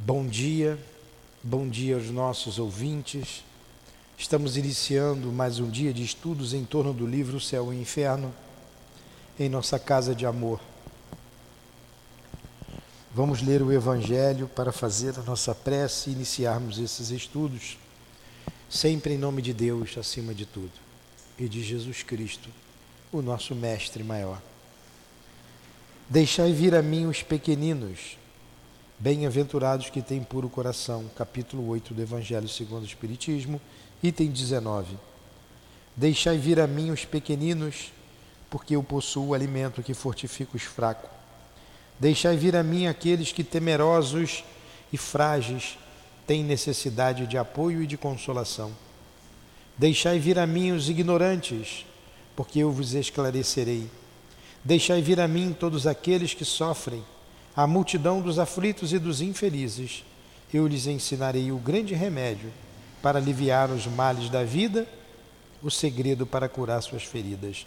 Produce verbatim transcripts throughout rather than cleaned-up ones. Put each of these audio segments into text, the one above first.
Bom dia, bom dia aos nossos ouvintes. Estamos iniciando mais um dia de estudos em torno do livro Céu e Inferno, em nossa casa de amor. Vamos ler o Evangelho para fazer a nossa prece e iniciarmos esses estudos, sempre em nome de Deus acima de tudo, e de Jesus Cristo, o nosso Mestre maior. Deixai vir a mim os pequeninos, bem-aventurados que têm puro coração, capítulo oito do Evangelho segundo o Espiritismo, item dezenove. Deixai vir a mim os pequeninos, porque eu possuo o alimento que fortifica os fracos. Deixai vir a mim aqueles que, temerosos e frágeis, têm necessidade de apoio e de consolação. Deixai vir a mim os ignorantes, porque eu vos esclarecerei. Deixai vir a mim todos aqueles que sofrem, a multidão dos aflitos e dos infelizes. Eu lhes ensinarei o grande remédio para aliviar os males da vida, o segredo para curar suas feridas.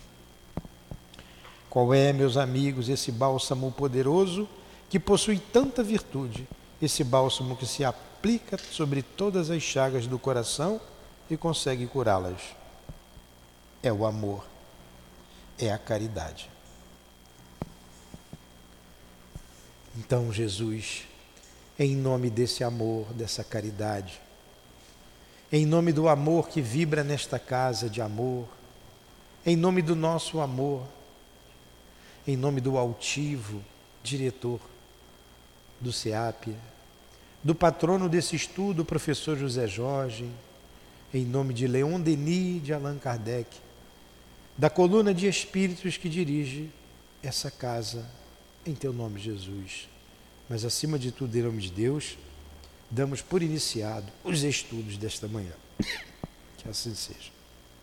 Qual é, meus amigos, esse bálsamo poderoso que possui tanta virtude, esse bálsamo que se aplica sobre todas as chagas do coração e consegue curá-las? É o amor, é a caridade. Então, Jesus, em nome desse amor, dessa caridade, em nome do amor que vibra nesta casa de amor, em nome do nosso amor, em nome do altivo diretor do SEAP, do patrono desse estudo, o professor José Jorge, em nome de Leon Denis de Allan Kardec, da coluna de espíritos que dirige essa casa, em teu nome, Jesus, mas acima de tudo, em nome de Deus, damos por iniciado os estudos desta manhã. Que assim seja.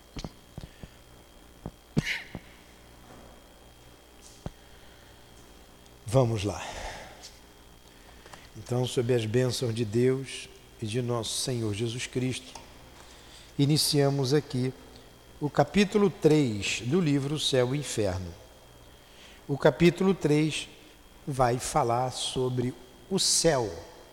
Vamos lá. Então, sob as bênçãos de Deus e de nosso Senhor Jesus Cristo, iniciamos aqui o capítulo três do livro Céu e Inferno. O capítulo três vai falar sobre o céu.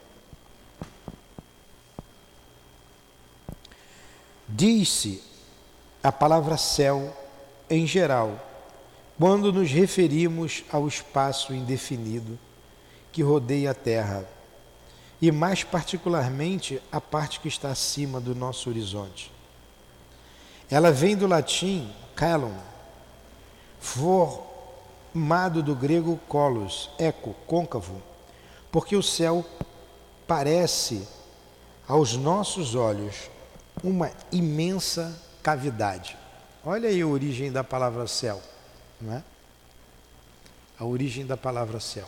Diz-se a palavra céu em geral, quando nos referimos ao espaço indefinido que rodeia a Terra, e mais particularmente a parte que está acima do nosso horizonte. Ela vem do latim caelum, formado do grego kolos, eco, côncavo, porque o céu parece aos nossos olhos uma imensa cavidade. Olha aí a origem da palavra céu, não é? A origem da palavra céu.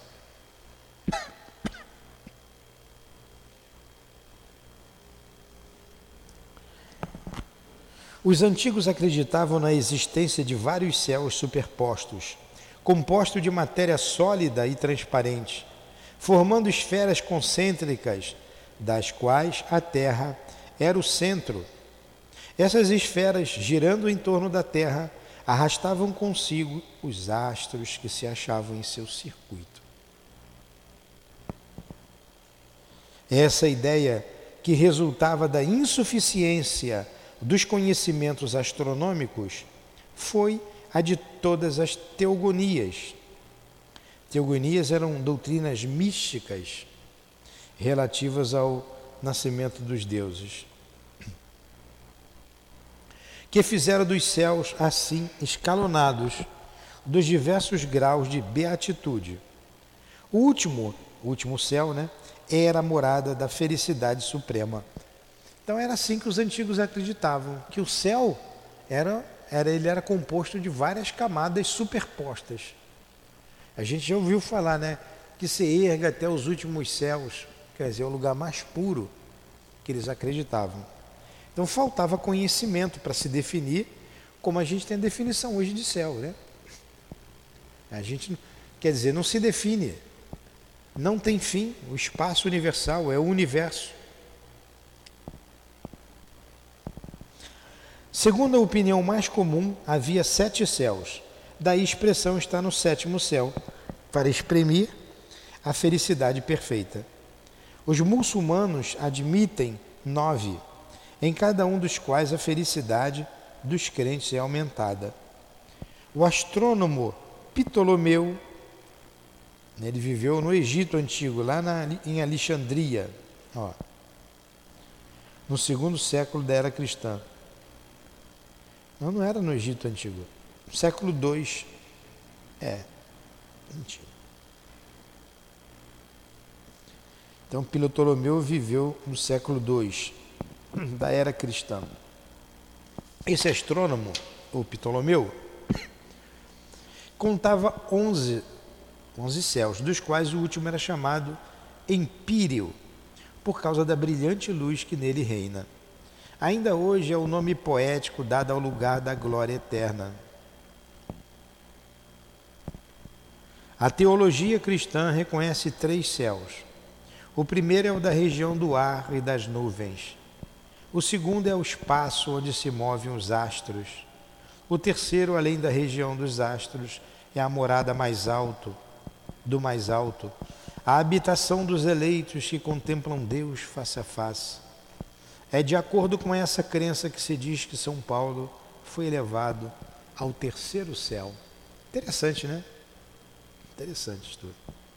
Os antigos acreditavam na existência de vários céus superpostos, compostos de matéria sólida e transparente, formando esferas concêntricas, das quais a Terra era o centro. Essas esferas, girando em torno da Terra, arrastavam consigo os astros que se achavam em seu circuito. Essa ideia, que resultava da insuficiência dos conhecimentos astronômicos, foi a de todas as teogonias. Teogonias eram doutrinas místicas relativas ao nascimento dos deuses, que fizeram dos céus assim escalonados dos diversos graus de beatitude. O último, o último céu, né, era a morada da felicidade suprema. Então era assim que os antigos acreditavam, que o céu era, era, ele era composto de várias camadas superpostas. A gente já ouviu falar, né, que se erga até os últimos céus, quer dizer, o lugar mais puro que eles acreditavam. Então faltava conhecimento para se definir, como a gente tem a definição hoje de céu, né? A gente, quer dizer, não se define, não tem fim, o espaço universal é o universo. Segundo a opinião mais comum, havia sete céus. Daí a expressão está no sétimo céu, para exprimir a felicidade perfeita. Os muçulmanos admitem nove, em cada um dos quais a felicidade dos crentes é aumentada. O astrônomo Ptolomeu, ele viveu no Egito Antigo, lá na, em Alexandria, ó, no segundo século da era cristã. Não, não era no Egito Antigo. Século dois. É, mentira. Então, Ptolomeu viveu no século dois da era cristã. Esse astrônomo, o Ptolomeu, contava onze, onze céus, dos quais o último era chamado Empíreo, por causa da brilhante luz que nele reina. Ainda hoje é o nome poético dado ao lugar da glória eterna. A teologia cristã reconhece três céus. O primeiro é o da região do ar e das nuvens. O segundo é o espaço onde se movem os astros. O terceiro, além da região dos astros, é a morada mais alto, do mais alto, a habitação dos eleitos que contemplam Deus face a face. É de acordo com essa crença que se diz que São Paulo foi elevado ao terceiro céu. Interessante, né? Interessante isso tudo.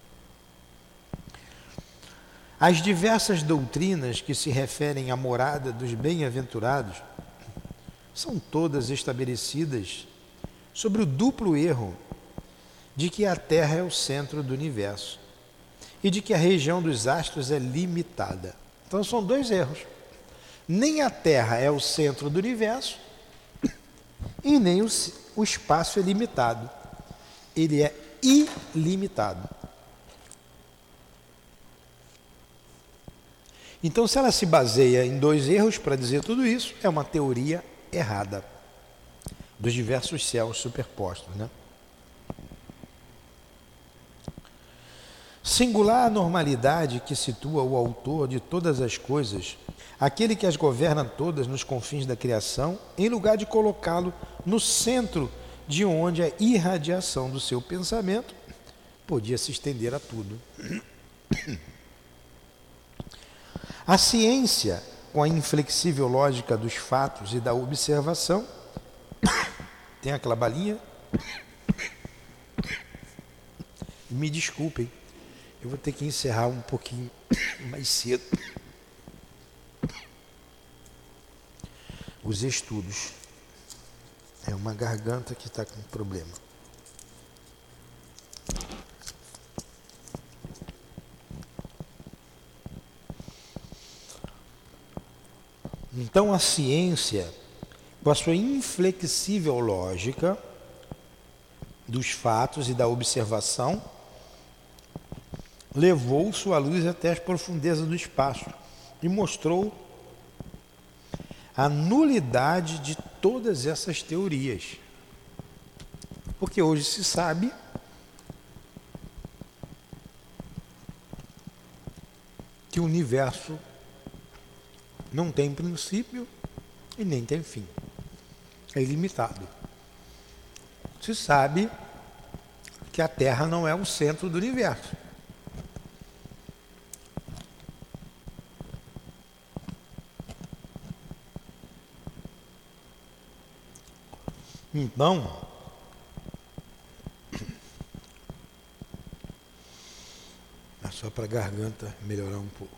As diversas doutrinas que se referem à morada dos bem-aventurados são todas estabelecidas sobre o duplo erro de que a Terra é o centro do universo e de que a região dos astros é limitada. Então são dois erros. Nem a Terra é o centro do universo e nem o, o espaço é limitado. Ele é ilimitado. Então, se ela se baseia em dois erros para dizer tudo isso, é uma teoria errada dos diversos céus superpostos, né? Singular anormalidade que situa o autor de todas as coisas, aquele que as governa todas nos confins da criação, em lugar de colocá-lo no centro de onde a irradiação do seu pensamento podia se estender a tudo. A ciência, com a inflexível lógica dos fatos e da observação, tem aquela balinha? Me desculpem, eu vou ter que encerrar um pouquinho mais cedo os estudos. É uma garganta que está com problema. Então a ciência, com a sua inflexível lógica dos fatos e da observação, levou sua luz até as profundezas do espaço e mostrou a nulidade de todas essas teorias. Porque hoje se sabe que o universo não tem princípio e nem tem fim. É ilimitado. Se sabe que a Terra não é o centro do universo. Então, é só para a garganta melhorar um pouco.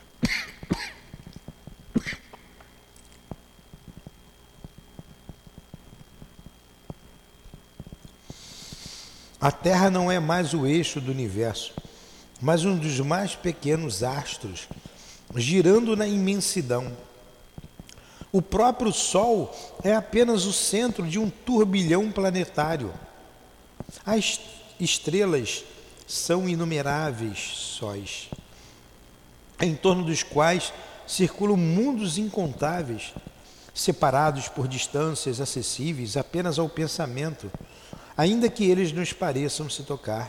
A Terra não é mais o eixo do universo, mas um dos mais pequenos astros, girando na imensidão. O próprio Sol é apenas o centro de um turbilhão planetário. As estrelas são inumeráveis sóis, em torno dos quais circulam mundos incontáveis, separados por distâncias acessíveis apenas ao pensamento, ainda que eles nos pareçam se tocar.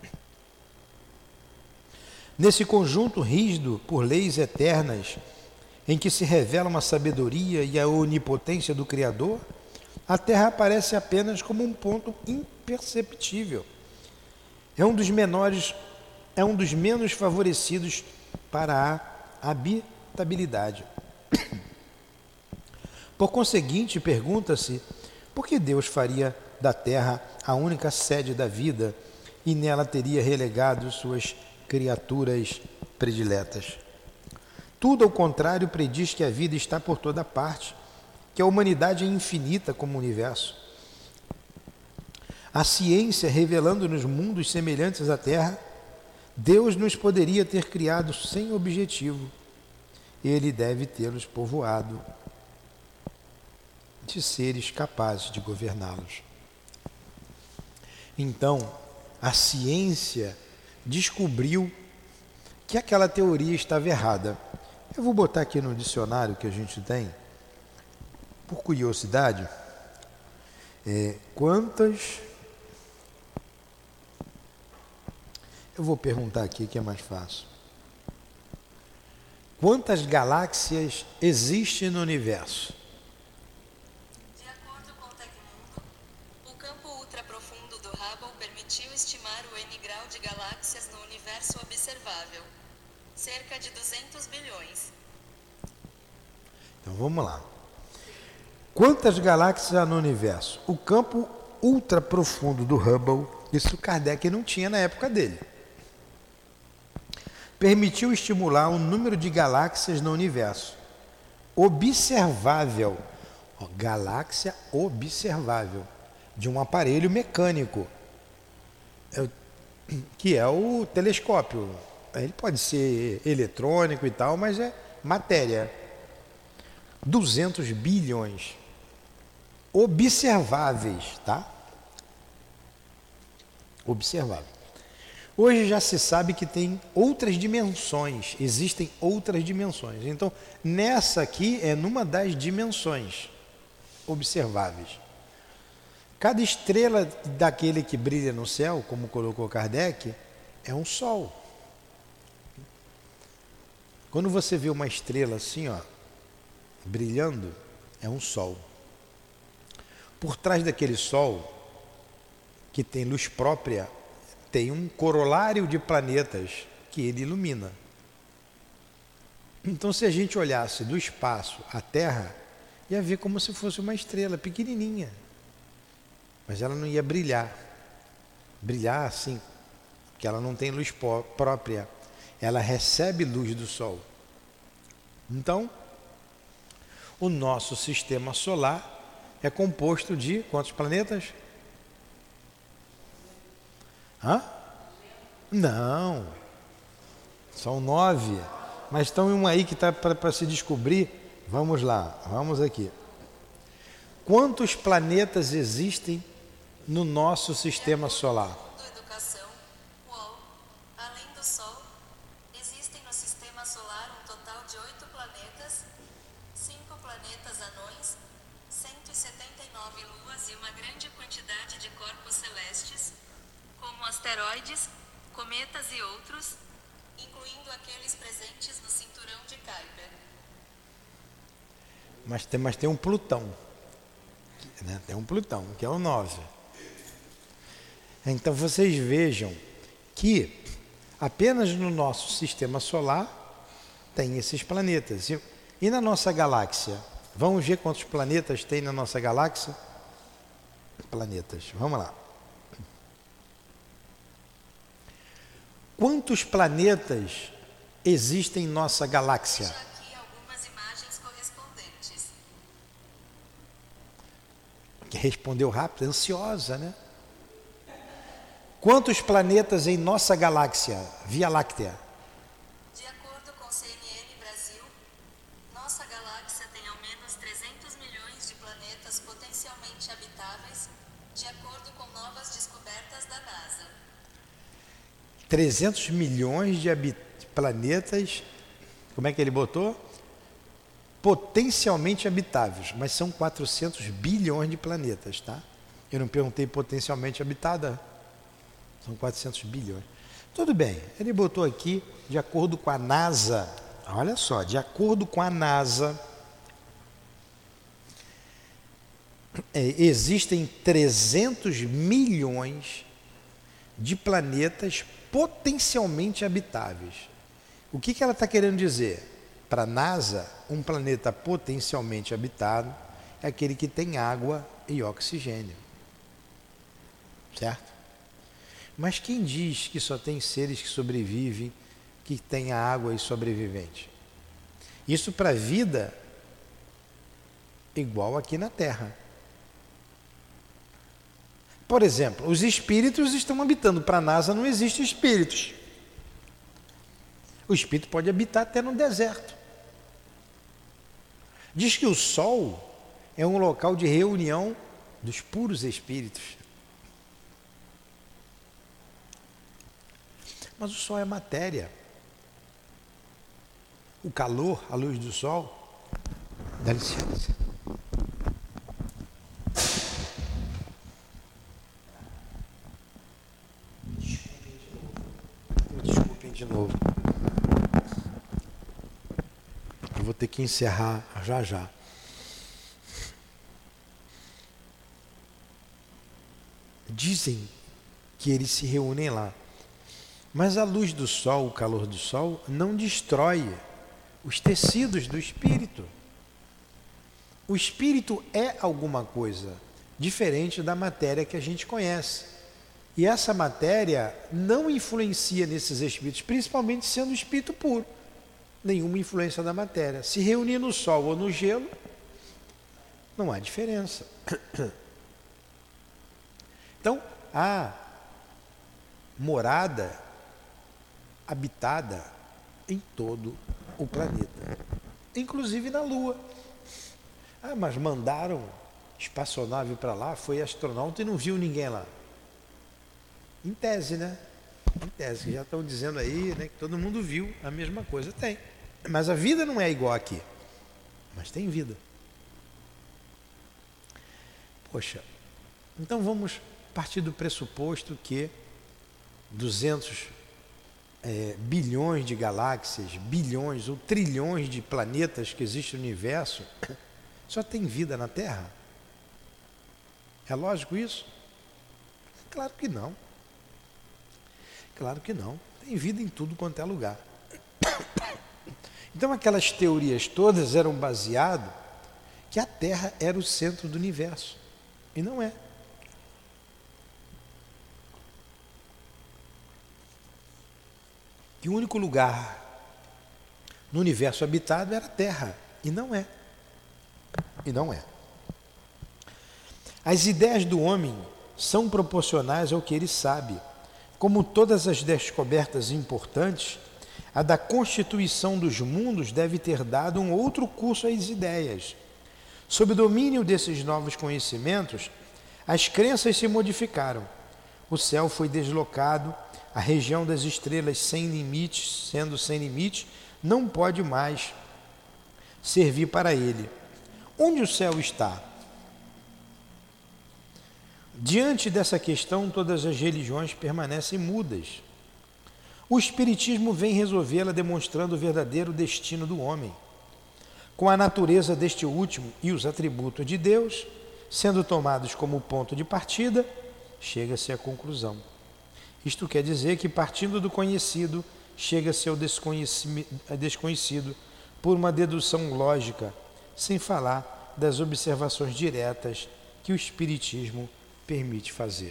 Nesse conjunto rígido por leis eternas, em que se revelam a sabedoria e a onipotência do Criador, a Terra aparece apenas como um ponto imperceptível. É um dos menores, é um dos menos favorecidos para a habitabilidade. Por conseguinte, pergunta-se por que Deus faria da Terra a única sede da vida e nela teria relegado suas criaturas prediletas. Tudo ao contrário prediz que a vida está por toda parte, que a humanidade é infinita como o universo. A ciência revelando-nos mundos semelhantes à Terra, Deus nos poderia ter criado sem objetivo. Ele deve tê-los povoado de seres capazes de governá-los. Então, a ciência descobriu que aquela teoria estava errada. Eu vou botar aqui no dicionário que a gente tem, por curiosidade, é, quantas... Eu vou perguntar aqui que é mais fácil. Quantas galáxias existem no universo? De acordo com o Tecmundo, o campo ultraprofundo do Hubble permitiu estimar o N grau de galáxias no universo observável. Cerca de duzentos bilhões. Então vamos lá. Quantas galáxias há no universo? O campo ultraprofundo do Hubble, isso Kardec não tinha na época dele, permitiu estimular o número de galáxias no universo observável, ó, galáxia observável, de um aparelho mecânico, é, que é o telescópio. Ele pode ser eletrônico e tal, mas é matéria. duzentos bilhões observáveis, tá? Observável. Hoje já se sabe que tem outras dimensões, existem outras dimensões. Então, nessa aqui é numa das dimensões observáveis. Cada estrela daquele que brilha no céu, como colocou Kardec, é um sol. Quando você vê uma estrela assim, ó, brilhando, é um sol. Por trás daquele sol, que tem luz própria, tem um corolário de planetas que ele ilumina. Então, se a gente olhasse do espaço à Terra, ia ver como se fosse uma estrela pequenininha, mas ela não ia brilhar. Brilhar assim, porque ela não tem luz própria, ela recebe luz do Sol. Então, o nosso sistema solar é composto de quantos planetas? Hã? Não, são nove, mas estão um aí que está para se descobrir. Vamos lá, vamos aqui. Quantos planetas existem no nosso sistema solar? Segundo Educação, U O L, além do Sol, existem no sistema solar um total de oito planetas, cinco planetas anões, cento e setenta e nove luas e uma grande quantidade de corpos celestes, como asteroides, cometas e outros, incluindo aqueles presentes no cinturão de Kuiper. Mas tem, mas tem um Plutão, né? Tem um Plutão, que é o nove. Então vocês vejam que apenas no nosso sistema solar tem esses planetas. E, e na nossa galáxia? Vamos ver quantos planetas tem na nossa galáxia? Planetas, vamos lá. Quantos planetas existem em nossa galáxia? Veja aqui algumas imagens correspondentes. Que respondeu rápido, ansiosa, né? Quantos planetas em nossa galáxia, Via Láctea? De acordo com o C N N Brasil, nossa galáxia tem ao menos trezentos milhões de planetas potencialmente habitáveis, de acordo com novas descobertas da NASA. trezentos milhões de habit- planetas, como é que ele botou? Potencialmente habitáveis, mas são quatrocentos bilhões de planetas, tá? Eu não perguntei potencialmente habitada, são quatrocentos bilhões. Tudo bem, ele botou aqui, de acordo com a NASA, olha só, de acordo com a NASA, é, existem trezentos milhões de planetas potencialmente habitáveis. O que, que ela está querendo dizer? Para a NASA, um planeta potencialmente habitado é aquele que tem água e oxigênio. Certo? Mas quem diz que só tem seres que sobrevivem, que tem água e sobrevivente? Isso para a vida igual aqui na Terra. Por exemplo, os espíritos estão habitando. Para a NASA não existem espíritos. O espírito pode habitar até no deserto. Diz que o Sol é um local de reunião dos puros espíritos. Mas o Sol é matéria. O calor, a luz do Sol... Dá licença. Desculpem de novo. Eu vou ter que encerrar já já. Dizem que eles se reúnem lá. Mas a luz do sol, o calor do sol, não destrói os tecidos do espírito. O espírito é alguma coisa diferente da matéria que a gente conhece. E essa matéria não influencia nesses espíritos, principalmente sendo espírito puro. Nenhuma influência da matéria. Se reunir no sol ou no gelo, não há diferença. Então, a morada habitada em todo o planeta, inclusive na Lua. Ah, mas mandaram espaçonave para lá, foi astronauta e não viu ninguém lá. Em tese, né? Em tese, já estão dizendo aí, né, que todo mundo viu a mesma coisa. Tem. Mas a vida não é igual aqui. Mas tem vida. Poxa, então vamos partir do pressuposto que duzentos é, bilhões de galáxias, bilhões ou trilhões de planetas que existem no universo, só tem vida na Terra? É lógico isso? Claro que não. Claro que não. Tem vida em tudo quanto é lugar. Então aquelas teorias todas eram baseadas que a Terra era o centro do universo. E não é. Que o único lugar no universo habitado era a Terra. E não é. E não é. As ideias do homem são proporcionais ao que ele sabe. Como todas as descobertas importantes, a da constituição dos mundos deve ter dado um outro curso às ideias. Sob o domínio desses novos conhecimentos, as crenças se modificaram. O céu foi deslocado, a região das estrelas sem limites, sendo sem limite, não pode mais servir para ele. Onde o céu está? Diante dessa questão, todas as religiões permanecem mudas. O Espiritismo vem resolvê-la demonstrando o verdadeiro destino do homem. Com a natureza deste último e os atributos de Deus, sendo tomados como ponto de partida, chega-se à conclusão. Isto quer dizer que, partindo do conhecido, chega-se ao desconhecido por uma dedução lógica, sem falar das observações diretas que o Espiritismo permite fazer.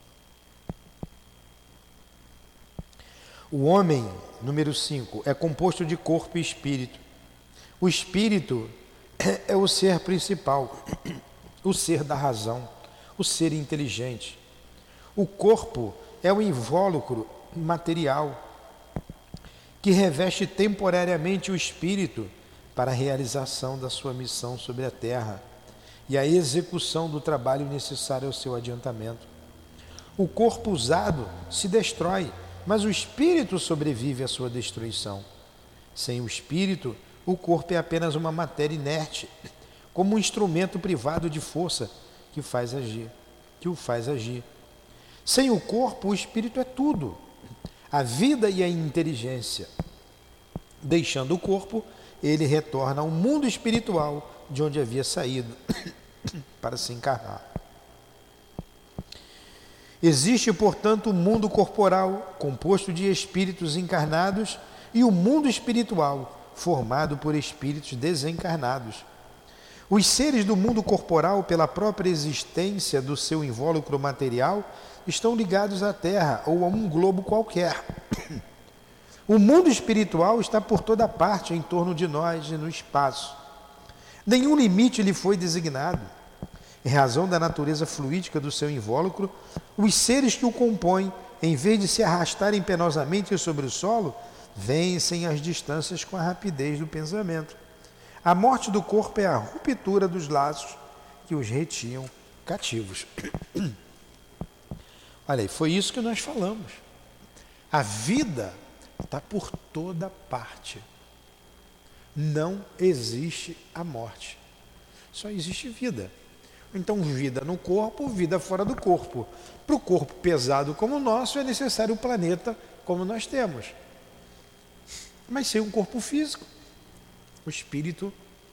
O homem, número cinco, é composto de corpo e espírito. O espírito é o ser principal, o ser da razão, o ser inteligente. O corpo é o invólucro material que reveste temporariamente o espírito para a realização da sua missão sobre a terra e a execução do trabalho necessário ao seu adiantamento. O corpo usado se destrói, mas o espírito sobrevive à sua destruição. Sem o espírito, o corpo é apenas uma matéria inerte, como um instrumento privado de força que faz agir, que o faz agir. Sem o corpo, o espírito é tudo, a vida e a inteligência. Deixando o corpo, ele retorna ao mundo espiritual de onde havia saído para se encarnar. Existe, portanto, um mundo corporal composto de espíritos encarnados e o mundo espiritual, formado por espíritos desencarnados. Os seres do mundo corporal, pela própria existência do seu invólucro material, estão ligados à Terra ou a um globo qualquer. O mundo espiritual está por toda parte em torno de nós e no espaço. Nenhum limite lhe foi designado. Em razão da natureza fluídica do seu invólucro, os seres que o compõem, em vez de se arrastarem penosamente sobre o solo, vencem as distâncias com a rapidez do pensamento. A morte do corpo é a ruptura dos laços que os retinham cativos. Olha aí, foi isso que nós falamos. A vida está por toda parte. Não existe a morte. Só existe vida. Então, vida no corpo, vida fora do corpo. Para o corpo pesado como o nosso, é necessário o planeta como nós temos. Mas sem um corpo físico, o espírito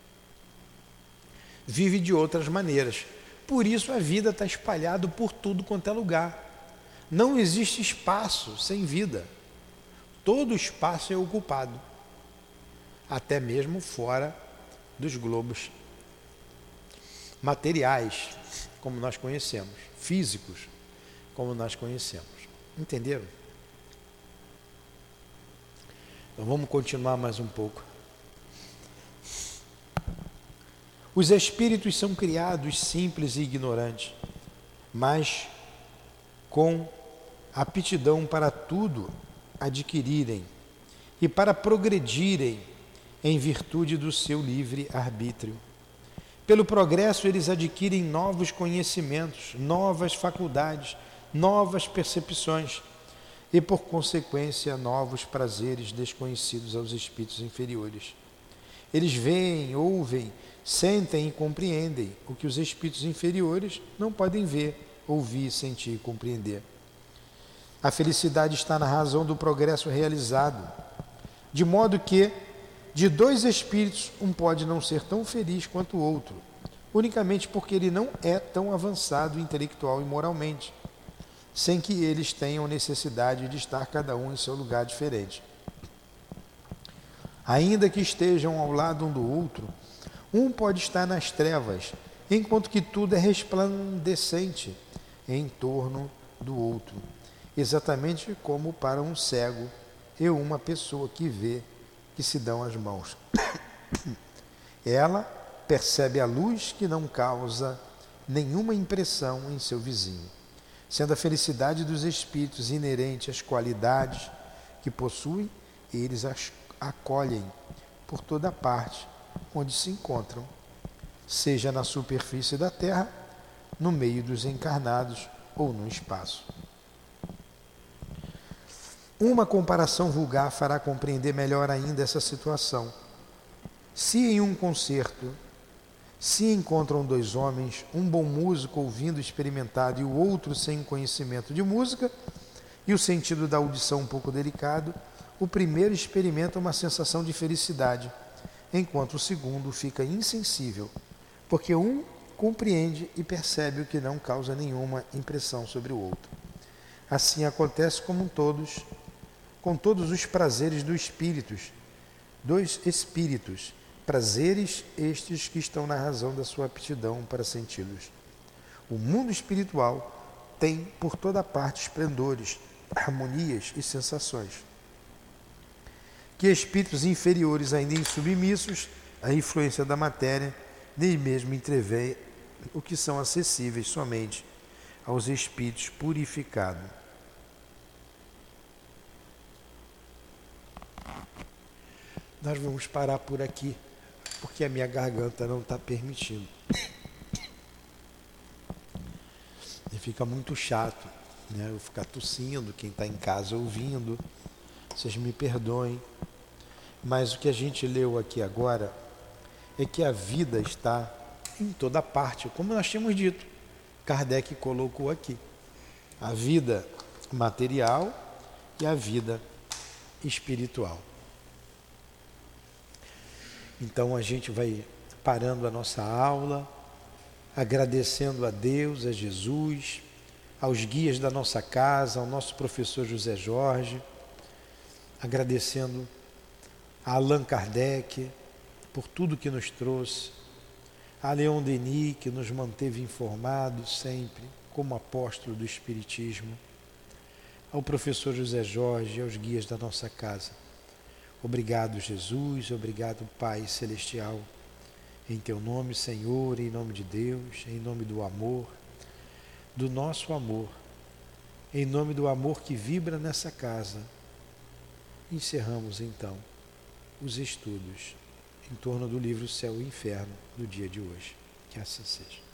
vive de outras maneiras. Por isso a vida está espalhada por tudo quanto é lugar. Não existe espaço sem vida. Todo espaço é ocupado, até mesmo fora dos globos materiais, como nós conhecemos, físicos, como nós conhecemos. Entenderam? Então vamos continuar mais um pouco. Os espíritos são criados simples e ignorantes, mas com aptidão para tudo adquirirem e para progredirem em virtude do seu livre arbítrio. Pelo progresso, eles adquirem novos conhecimentos, novas faculdades, novas percepções e, por consequência, novos prazeres desconhecidos aos espíritos inferiores. Eles veem, ouvem, sentem e compreendem o que os espíritos inferiores não podem ver, ouvir, sentir e compreender. A felicidade está na razão do progresso realizado, de modo que, de dois espíritos, um pode não ser tão feliz quanto o outro, unicamente porque ele não é tão avançado intelectual e moralmente, sem que eles tenham necessidade de estar cada um em seu lugar diferente. Ainda que estejam ao lado um do outro, um pode estar nas trevas, enquanto que tudo é resplandecente em torno do outro, exatamente como para um cego e uma pessoa que vê que se dão as mãos. Ela percebe a luz que não causa nenhuma impressão em seu vizinho, sendo a felicidade dos espíritos inerente às qualidades que possuem, eles as acolhem por toda parte onde se encontram, seja na superfície da terra, no meio dos encarnados ou no espaço. Uma comparação vulgar fará compreender melhor ainda essa situação. Se em um concerto se encontram dois homens, um bom músico ouvindo experimentado e o outro sem conhecimento de música e o sentido da audição um pouco delicado, o primeiro experimenta uma sensação de felicidade, enquanto o segundo fica insensível, porque um compreende e percebe o que não causa nenhuma impressão sobre o outro. Assim acontece como todos, com todos os prazeres dos espíritos, dos espíritos, prazeres estes que estão na razão da sua aptidão para senti-los. O mundo espiritual tem por toda parte esplendores, harmonias e sensações, que espíritos inferiores, ainda insubmissos à influência da matéria, nem mesmo entreveem o que são acessíveis somente aos espíritos purificados. Nós vamos parar por aqui, porque a minha garganta não está permitindo. E fica muito chato, né? Eu ficar tossindo, quem está em casa ouvindo. Vocês me perdoem. Mas o que a gente leu aqui agora é que a vida está em toda parte, como nós tínhamos dito. Kardec colocou aqui a vida material e a vida espiritual. Então a gente vai parando a nossa aula, agradecendo a Deus, a Jesus, aos guias da nossa casa, ao nosso professor José Jorge, agradecendo a Allan Kardec, por tudo que nos trouxe, a Leon Denis, que nos manteve informados sempre, como apóstolo do Espiritismo, ao professor José Jorge e aos guias da nossa casa. Obrigado, Jesus, obrigado, Pai Celestial, em Teu nome, Senhor, em nome de Deus, em nome do amor, do nosso amor, em nome do amor que vibra nessa casa. Encerramos, então, os estudos em torno do livro Céu e Inferno do dia de hoje. Que assim seja.